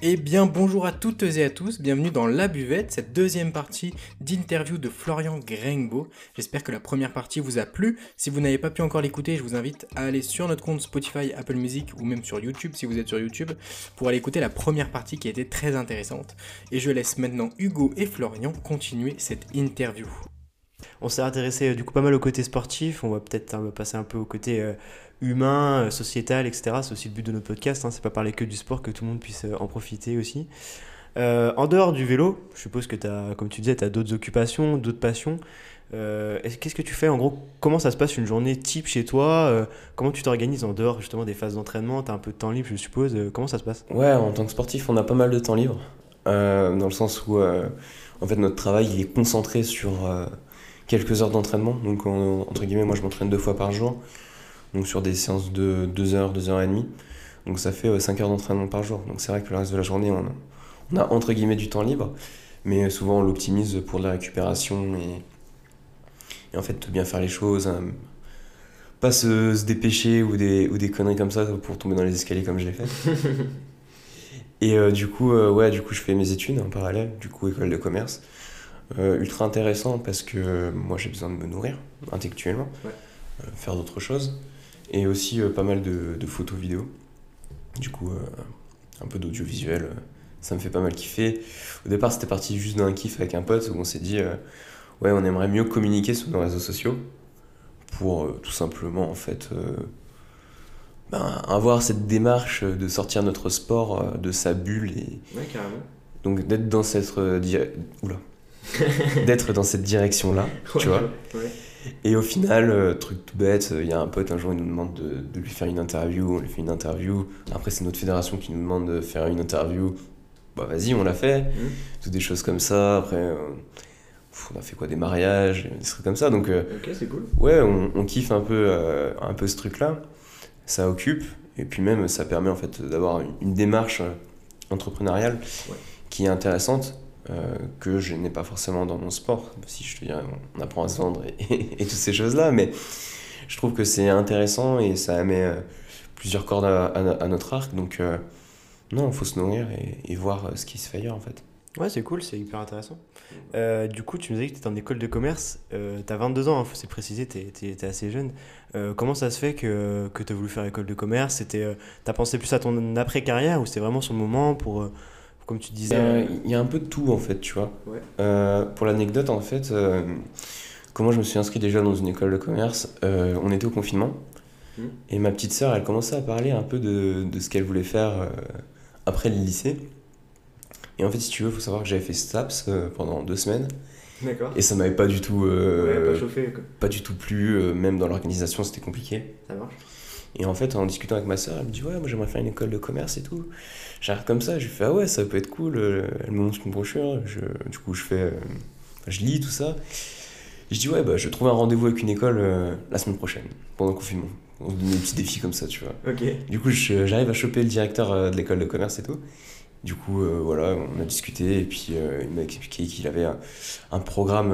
Eh bien bonjour à toutes et à tous, bienvenue dans La Buvette, cette deuxième partie d'interview de Florian Grengbo. J'espère que la première partie vous a plu. Si vous n'avez pas pu encore l'écouter, je vous invite à aller sur notre compte Spotify, Apple Music ou même sur YouTube si vous êtes sur YouTube pour aller écouter la première partie qui a été très intéressante. Et je laisse maintenant Hugo et Florian continuer cette interview. On s'est intéressé du coup pas mal au côté sportif, on va peut-être passer un peu au côté humain, sociétal, etc. C'est aussi le but de notre podcast, c'est pas parler que du sport, que tout le monde puisse en profiter aussi. En dehors du vélo, je suppose que comme tu disais, tu as d'autres occupations, d'autres passions. Qu'est-ce que tu fais en gros? Comment ça se passe une journée type chez toi? Comment tu t'organises en dehors justement des phases d'entraînement? Tu as un peu de temps libre, je suppose. Comment ça se passe? Ouais, en tant que sportif, on a pas mal de temps libre, dans le sens où en fait notre travail il est concentré sur quelques heures d'entraînement. Donc entre guillemets, moi je m'entraîne 2 fois par jour, donc sur des séances de 2 heures, 2 heures et demie. Donc ça fait 5 heures d'entraînement par jour. Donc c'est vrai que le reste de la journée, on a entre guillemets du temps libre, mais souvent on l'optimise pour de la récupération et en fait bien faire les choses, pas se dépêcher ou des conneries comme ça pour tomber dans les escaliers comme je l'ai fait. Et du coup, je fais mes études en parallèle, du coup école de commerce. Ultra intéressant parce que moi j'ai besoin de me nourrir intellectuellement, faire d'autres choses. Et aussi pas mal de photos vidéo. Du coup, un peu d'audiovisuel, ça me fait pas mal kiffer. Au départ, c'était parti juste d'un kiff avec un pote où on s'est dit, ouais, on aimerait mieux communiquer sur nos réseaux sociaux pour tout simplement en fait avoir cette démarche de sortir notre sport de sa bulle et Ouais, carrément. donc d'être dans cette d'être dans cette direction-là, tu vois. Ouais. Et au final, truc tout bête, il y a un pote un jour il nous demande de lui faire une interview, on lui fait une interview. Après c'est notre fédération qui nous demande de faire une interview. Bah vas-y, on l'a fait. Toutes des choses comme ça. Après on a fait quoi, des mariages, des trucs comme ça. Donc Ok, c'est cool. ouais, on kiffe un peu ce truc-là. Ça occupe et puis même ça permet en fait d'avoir une démarche entrepreneuriale qui est intéressante. Que je n'ai pas forcément dans mon sport, si je te dirais on apprend à se vendre et toutes ces choses là, mais je trouve que c'est intéressant et ça met plusieurs cordes à notre arc, donc non, il faut se nourrir et voir ce qui se fait ailleurs en fait. Ouais, c'est cool, c'est hyper intéressant. Du coup, tu me disais que tu étais en école de commerce, tu as 22 ans, faut se préciser, tu es assez jeune. Comment ça se fait que tu as voulu faire école de commerce? Tu as pensé plus à ton après-carrière ou c'était vraiment sur le moment comme tu disais? Il y a un peu de tout en fait, tu vois. Ouais. Pour l'anecdote en fait, comment je me suis inscrit déjà dans une école de commerce, on était au confinement et ma petite sœur elle commençait à parler un peu de ce qu'elle voulait faire après le lycée. Et en fait, si tu veux, il faut savoir que j'avais fait STAPS pendant 2 semaines. D'accord. Et ça m'avait pas du tout, Pas chauffé, quoi. pas du tout plu, même dans l'organisation, c'était compliqué. Ça marche. Et en fait, en discutant avec ma soeur, elle me dit ouais, moi j'aimerais faire une école de commerce et tout. J'arrive comme ça, je lui fais ah ouais, ça peut être cool. Elle me montre une brochure, du coup je lis tout ça. Et je dis ouais, bah je trouve un rendez-vous avec une école la semaine prochaine, pendant le confinement. On se donne des petits défis comme ça, tu vois. Ok. Du coup, j'arrive à choper le directeur de l'école de commerce et tout. Du coup, voilà, on a discuté et puis il m'a expliqué qu'il avait un programme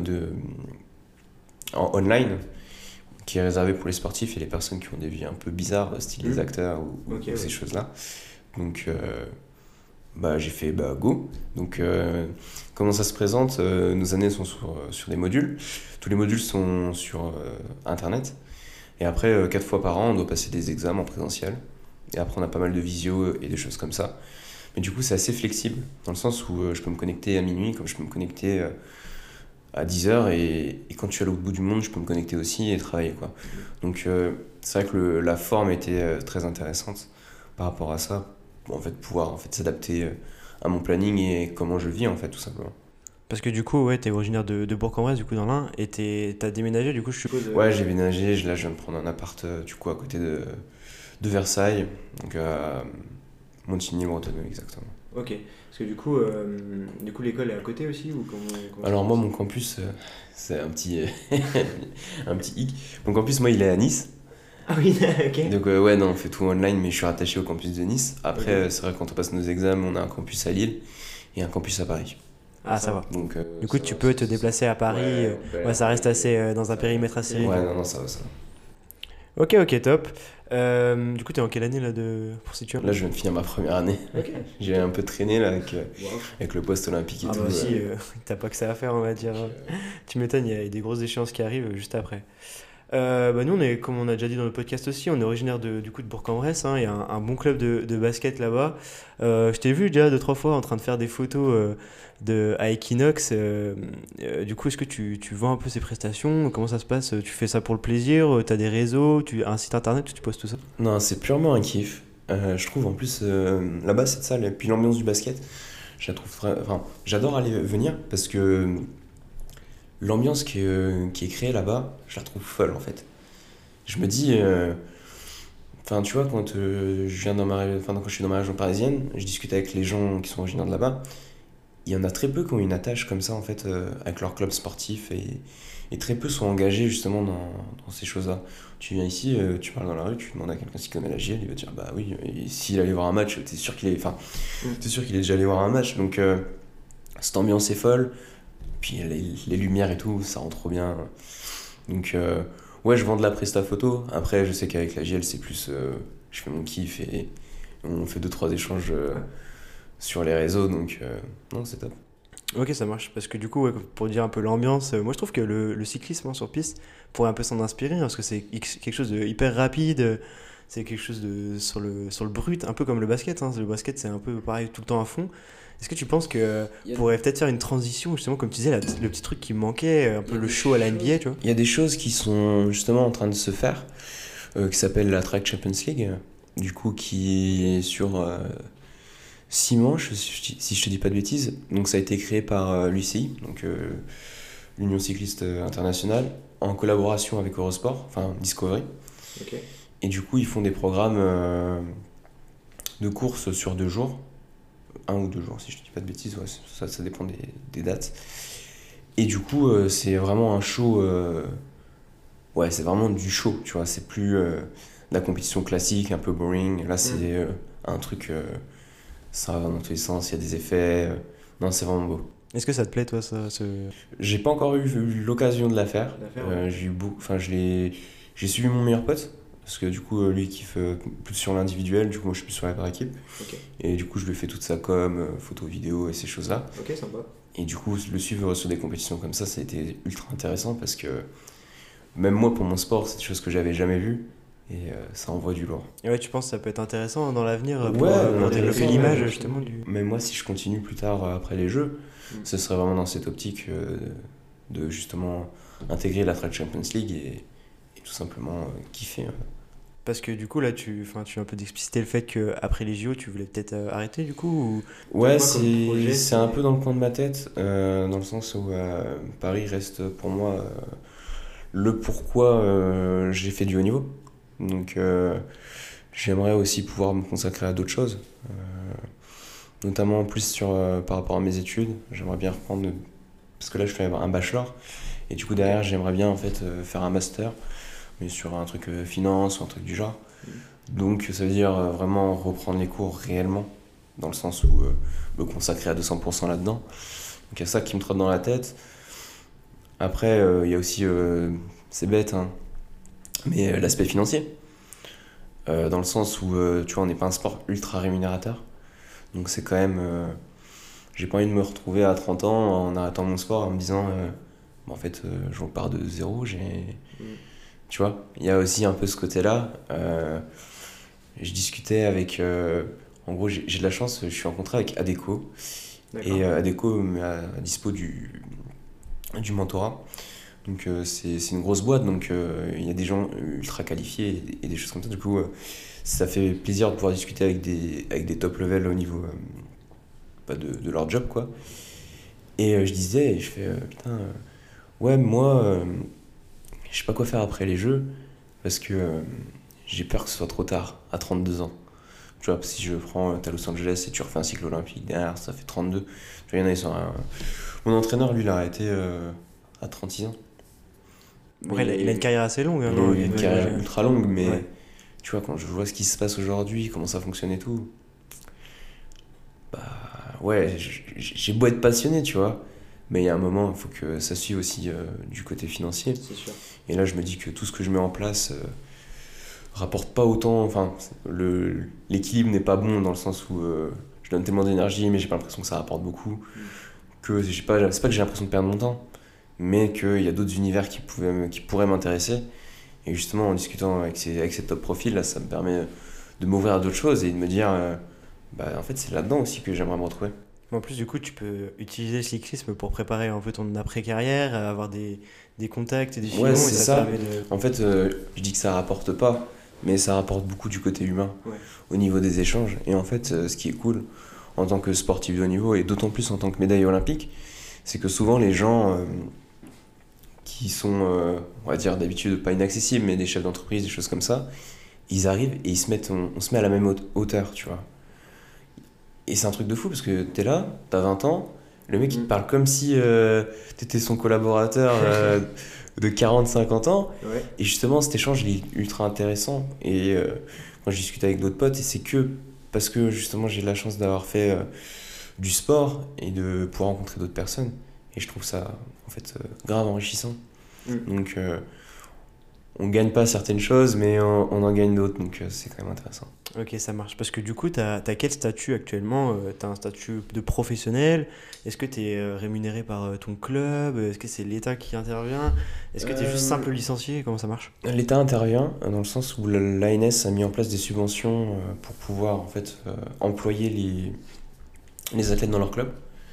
en online qui est réservé pour les sportifs et les personnes qui ont des vies un peu bizarres, style les acteurs ou ces choses-là. Donc, bah, j'ai fait go. Donc, comment ça se présente? Nos années sont sur des modules. Tous les modules sont sur Internet. Et après, 4 fois par an, on doit passer des examens en présentiel. Et après, on a pas mal de visio et des choses comme ça. Mais du coup, c'est assez flexible, dans le sens où je peux me connecter à minuit, comme je peux me connecter à 10h, et quand je suis à l'autre bout du monde, je peux me connecter aussi et travailler, quoi. Donc, c'est vrai que la forme était très intéressante par rapport à ça, pour en fait, pouvoir en fait, s'adapter à mon planning et comment je vis, en fait, tout simplement. Parce que du coup, ouais, t'es originaire de Bourg-en-Bresse, du coup, dans l'Ain, et t'as déménagé, du coup, je suppose. Ouais, j'ai déménagé, là, je viens de prendre un appart, du coup, à côté de Versailles, donc à Montigny-Bretonneux, exactement. Ok. Parce que du coup, l'école est à côté aussi ou comment Alors ça moi, se mon campus, c'est un petit, un petit hic. Mon campus, moi, il est à Nice. passe? Ah oui, ok. Donc ouais, non, on fait tout online, mais je suis rattaché au campus de Nice. Après, Ok. c'est vrai que quand on passe nos examens, on a un campus à Lille et un campus à Paris. Ah, ça va. Donc Du coup, ça tu va, peux te déplacer à Paris. Ouais, Ouais, ça reste assez dans un périmètre assez ouais, réduit. non, ça va, ça va. Ok, top. Du coup, t'es en quelle année là pour situer? Là, je viens de finir ma première année. Ok. J'ai un peu traîné là avec, Wow. avec le poste olympique et Ah tout. bah aussi, t'as pas que ça à faire, on va dire. Tu m'étonnes, il y a des grosses échéances qui arrivent juste après. Bah nous, comme on a déjà dit dans le podcast aussi, on est originaire du coup de Bourg-en-Bresse, hein. Il y a un bon club de basket là-bas. Je t'ai vu déjà 2-3 fois en train de faire des photos à Equinox. Du coup, est-ce que tu vends un peu ces prestations? Comment ça se passe? Tu fais ça pour le plaisir? T'as des réseaux? Un site internet où tu postes tout ça? Non, c'est purement un kiff. Je trouve en plus là-bas cette salle et puis l'ambiance du basket, je la trouve enfin, j'adore aller venir parce que l'ambiance qui est créée là-bas, je la trouve folle en fait. Je me dis, enfin tu vois quand je viens enfin, quand je suis dans ma région parisienne, je discute avec les gens qui sont originaires de là-bas. Il y en a très peu qui ont une attache comme ça en fait avec leur club sportif et très peu sont engagés justement dans ces choses-là. Tu viens ici, tu parles dans la rue, tu demandes à quelqu'un s'il connaît la JL, il va te dire bah oui, et s'il allait voir un match, t'es sûr qu'il est déjà allé voir un match. Donc cette ambiance est folle, puis les lumières et tout, ça rend trop bien. Donc ouais, je vends de la presta photo. Après, je sais qu'avec la JL, c'est plus je fais mon kiff et on fait 2-3 échanges sur les réseaux, donc non, c'est top. Ok, ça marche. Parce que du coup, ouais, pour dire un peu l'ambiance, moi je trouve que le cyclisme, hein, sur piste pourrait un peu s'en inspirer, hein, parce que c'est quelque chose de hyper rapide, c'est quelque chose sur le brut, un peu comme le basket, hein. Le basket, c'est un peu pareil, tout le temps à fond. Est-ce que tu penses que pourrait peut-être faire une transition, justement, comme tu disais, le petit truc qui me manquait, un peu le show à la NBA, tu vois? Il y a des choses qui sont justement en train de se faire, qui s'appelle la Track Champions League, du coup qui est sur 6 manches, si je te dis pas de bêtises. Donc ça a été créé par l'UCI, donc l'Union Cycliste Internationale, en collaboration avec Eurosport, enfin Discovery. Ok. Et du coup, ils font des programmes de courses sur 2 jours, 1 ou 2 jours, si je te dis pas de bêtises, ouais, ça dépend des dates. Et du coup, c'est vraiment un show, ouais, c'est vraiment du show, tu vois, c'est plus de la compétition classique, un peu boring. Là, c'est un truc, ça va dans tous les sens, il y a des effets, non, c'est vraiment beau. Est-ce que ça te plaît, toi, ça, J'ai pas encore eu l'occasion de la faire. Ouais. Enfin, j'ai suivi mon meilleur pote parce que du coup lui il kiffe plus sur l'individuel, du coup moi je suis plus sur la par équipe. Ok. Et du coup je lui fais toute sa com, photos, vidéos et ces choses-là. Ok, sympa. Et du coup le suivre sur des compétitions comme ça a été ultra intéressant parce que même moi pour mon sport c'est des choses que j'avais jamais vues et ça envoie du lourd. Et ouais, tu penses que ça peut être intéressant, hein, dans l'avenir, pour Ouais, développer intéressant, l'image, ouais. justement, du... Même moi si je continue plus tard après les jeux, ce serait vraiment dans cette optique de justement intégrer la Track Champions League et tout simplement kiffer. Parce que du coup, là, tu as un peu d'expliciter le fait qu'après les JO, tu voulais peut-être arrêter, du coup, ou... Ouais, Toi, comme projet, c'est un peu dans le coin de ma tête, dans le sens où Paris reste pour moi le pourquoi j'ai fait du haut niveau. Donc j'aimerais aussi pouvoir me consacrer à d'autres choses, notamment en plus par rapport à mes études. J'aimerais bien reprendre, parce que là je fais un bachelor, et du coup derrière j'aimerais bien en fait faire un master, mais sur un truc finance ou un truc du genre. Donc ça veut dire vraiment reprendre les cours réellement, dans le sens où me consacrer à 200% là-dedans. Donc il y a ça qui me trotte dans la tête. Après, il y a aussi, c'est bête, hein, mais l'aspect financier. Dans le sens où, tu vois, on n'est pas un sport ultra rémunérateur. Donc c'est quand même... j'ai pas envie de me retrouver à 30 ans en arrêtant mon sport en me disant bah, en fait je repars de zéro, tu vois, il y a aussi un peu ce côté-là. Je discutais avec... en gros, j'ai de la chance, je suis en contrat avec Adecco. D'accord. Et Adecco me met à dispo du mentorat. Donc c'est une grosse boîte, donc il y a des gens ultra qualifiés et des choses comme ça. Du coup, ça fait plaisir de pouvoir discuter avec des top level au niveau de leur job, quoi. Et je disais, et je fais, putain, ouais, moi, je sais pas quoi faire après les jeux, parce que j'ai peur que ce soit trop tard, à 32 ans. Tu vois, si je prends, t'as Los Angeles et tu refais un cycle olympique derrière, ça fait 32. Tu vois, il y en a, ils sont Mon entraîneur, lui, il a arrêté à 36 ans. Ouais, il a une carrière assez longue, hein, Il non? a une carrière ultra longue, mais Ouais. tu vois, quand je vois ce qui se passe aujourd'hui, comment ça fonctionne et tout, bah ouais, j'ai beau être passionné, tu vois, mais il y a un moment, il faut que ça suive aussi du côté financier. C'est sûr. Et là, je me dis que tout ce que je mets en place rapporte pas autant, enfin l'équilibre n'est pas bon dans le sens où je donne tellement d'énergie mais j'ai pas l'impression que ça rapporte beaucoup, que c'est pas que j'ai l'impression de perdre mon temps, mais qu'il y a d'autres univers qui pourraient m'intéresser. Et justement, en discutant avec ces top profils, là, ça me permet de m'ouvrir à d'autres choses et de me dire, en fait, c'est là-dedans aussi que j'aimerais me retrouver. En plus, du coup, tu peux utiliser le cyclisme pour préparer un peu ton après-carrière, avoir des contacts, des filons, Ouais, et c'est ça ça. te permet de... En fait, je dis que ça rapporte pas, mais ça rapporte beaucoup du côté humain, Ouais. au niveau des échanges. Et en fait, ce qui est cool, en tant que sportif de haut niveau, et d'autant plus en tant que médaille olympique, c'est que souvent les gens qui sont, on va dire d'habitude pas inaccessibles, mais des chefs d'entreprise, des choses comme ça, ils arrivent et on se met à la même hauteur, tu vois. Et c'est un truc de fou parce que t'es là, t'as 20 ans, le mec il te parle comme si t'étais son collaborateur de 40-50 ans. Ouais. Et justement, cet échange il est ultra intéressant. Et quand je discute avec d'autres potes, et c'est que parce que justement j'ai de la chance d'avoir fait du sport et de pouvoir rencontrer d'autres personnes. Et je trouve ça en fait grave enrichissant. Donc on gagne pas certaines choses, mais on en gagne d'autres, donc c'est quand même intéressant. Ok, ça marche. Parce que du coup, t'as quel statut actuellement? T'as un statut de professionnel? Est-ce que t'es rémunéré par ton club? Est-ce que c'est l'État qui intervient? Est-ce que t'es juste simple licencié? Comment ça marche? L'État intervient dans le sens où l'ANS a mis en place des subventions pour pouvoir en fait employer les athlètes dans leur club.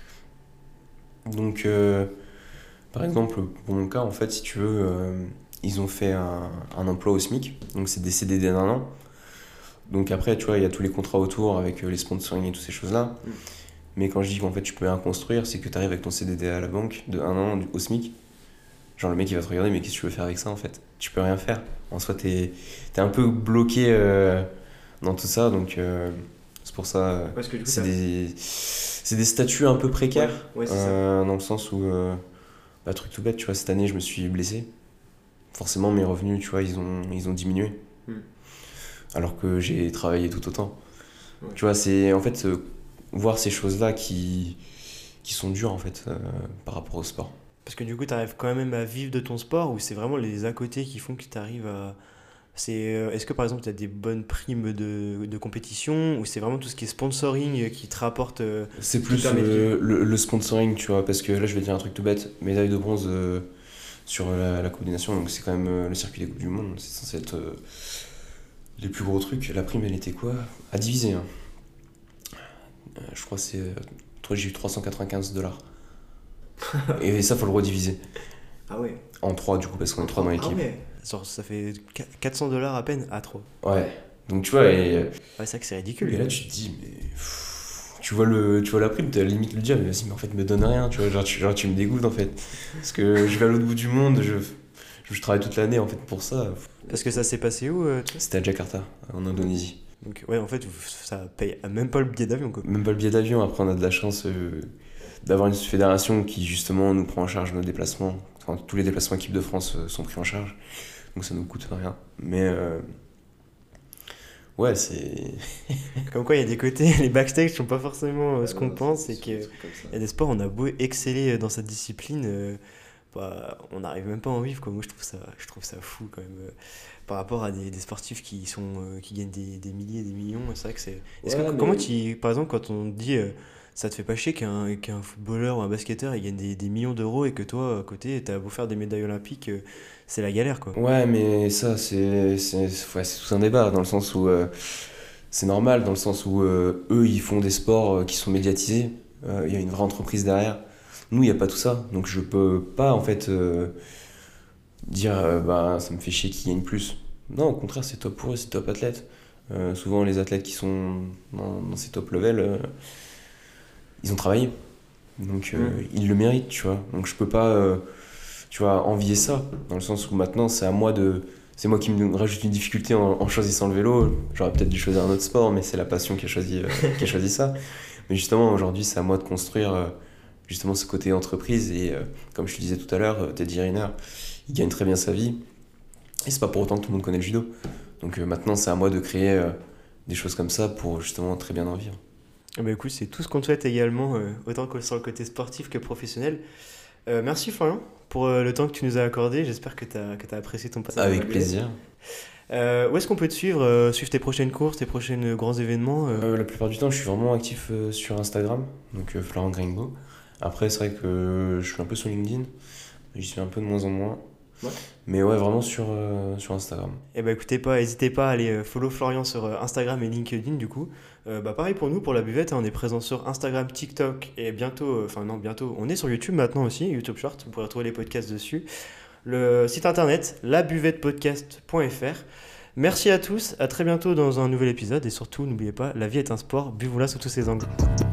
Donc par exemple, pour mon cas, en fait, si tu veux, ils ont fait un emploi au SMIC, donc c'est des CDD d'1 an. Donc après, tu vois, il y a tous les contrats autour avec les sponsoring et toutes ces choses-là. Mais quand je dis qu'en fait tu peux rien construire, c'est que tu arrives avec ton CDD à la banque de 1 an au SMIC. Genre le mec il va te regarder, mais qu'est-ce que tu veux faire avec ça en fait? Tu peux rien faire. En soi, t'es un peu bloqué dans tout ça, donc c'est pour ça. Parce que du coup, C'est des statuts un peu précaires, Ouais, c'est ça. dans le sens où, truc tout bête, tu vois, cette année je me suis blessé. Forcément, mes revenus, tu vois, ils ont diminué. Alors que j'ai travaillé tout autant. Ouais. Tu vois, c'est en fait voir ces choses-là qui sont dures en fait par rapport au sport. Parce que du coup, t'arrives quand même à vivre de ton sport ou c'est vraiment les à côté qui font que t'arrives à... Est-ce que par exemple, tu as des bonnes primes de compétition ou c'est vraiment tout ce qui est sponsoring qui te rapporte C'est qui plus permet de vivre le sponsoring, tu vois, parce que là je vais dire un truc tout bête, médaille de bronze sur la Coupe des Nations, donc c'est quand même le circuit des Coupes du Monde, c'est censé être les plus gros trucs. La prime elle était quoi? À diviser, hein. Je crois que j'ai eu $395. Et ça faut le rediviser. Ah ouais. En 3 du coup, parce qu'on est 3 dans l'équipe. Ah ouais. Genre, ça fait $400 à peine à 3. Ouais. Donc tu vois, et Ouais, c'est vrai que c'est ridicule. et là tu te dis, mais tu vois la prime, t'as limite le dire, mais vas-y, mais en fait me donne rien, tu vois, genre tu me dégoûtes en fait. Parce que je vais à l'autre bout du monde, je travaille toute l'année en fait pour ça. Parce que ça s'est passé où toi C'était à Jakarta, en Indonésie. Donc ouais, en fait, ça paye même pas le billet d'avion quoi. Même pas le billet d'avion, après on a de la chance d'avoir une fédération qui justement nous prend en charge nos déplacements. Enfin, tous les déplacements équipe de France sont pris en charge, donc ça nous coûte rien. Mais ouais, c'est... Comme quoi, il y a des côtés, les backstage sont pas forcément ce qu'on pense et qu'il y a des sports, on a beau exceller dans cette discipline, on n'arrive même pas à en vivre quoi. Moi, je trouve ça fou quand même. Par rapport à des sportifs qui gagnent des milliers et des millions, c'est vrai que c'est... Comment par exemple, quand on te dit ça te fait pas chier qu'un footballeur ou un basketteur il gagne des millions d'euros et que toi à côté t'as beau faire des médailles olympiques, c'est la galère quoi. Ouais, mais ça c'est tout un débat dans le sens où c'est normal, dans le sens où eux ils font des sports qui sont médiatisés, il y a une vraie entreprise derrière. Nous il n'y a pas tout ça, donc je peux pas en fait dire ça me fait chier qu'ils gagnent plus. Non, au contraire, c'est top pour eux, c'est top athlètes. Souvent, les athlètes qui sont dans ces top levels, ils ont travaillé. Donc, ils le méritent, tu vois. Donc, je peux pas, tu vois, envier ça. Dans le sens où maintenant, c'est moi qui me rajoute une difficulté en choisissant le vélo. J'aurais peut-être dû choisir un autre sport, mais c'est la passion qui a choisi ça. Mais justement, aujourd'hui, c'est à moi de construire justement ce côté entreprise. Et comme je te disais tout à l'heure, Teddy Riner, il gagne très bien sa vie et c'est pas pour autant que tout le monde connaît le judo. Donc maintenant c'est à moi de créer des choses comme ça pour justement très bien en vivre. Bah écoute, c'est tout ce qu'on te souhaite également, autant que sur le côté sportif que professionnel. Merci Florian pour le temps que tu nous as accordé, j'espère que tu as apprécié ton passage. Avec plaisir. Où est-ce qu'on peut te suivre, suivre tes prochaines courses, tes prochains grands événements La plupart du temps, je suis vraiment actif sur Instagram, donc Florent Gringbo. Après, c'est vrai que je suis un peu sur LinkedIn, j'y suis un peu de moins en moins. Ouais. Mais ouais, vraiment sur Instagram. Eh ben écoutez pas, n'hésitez pas à aller follow Florian sur Instagram et LinkedIn du coup. Pareil pour nous, pour la buvette, hein, on est présent sur Instagram, TikTok et bientôt, bientôt, on est sur YouTube maintenant aussi, YouTube Short, vous pourrez retrouver les podcasts dessus. Le site internet, labuvettepodcast.fr. Merci à tous, à très bientôt dans un nouvel épisode et surtout n'oubliez pas, la vie est un sport, buvons-la sous tous ses angles.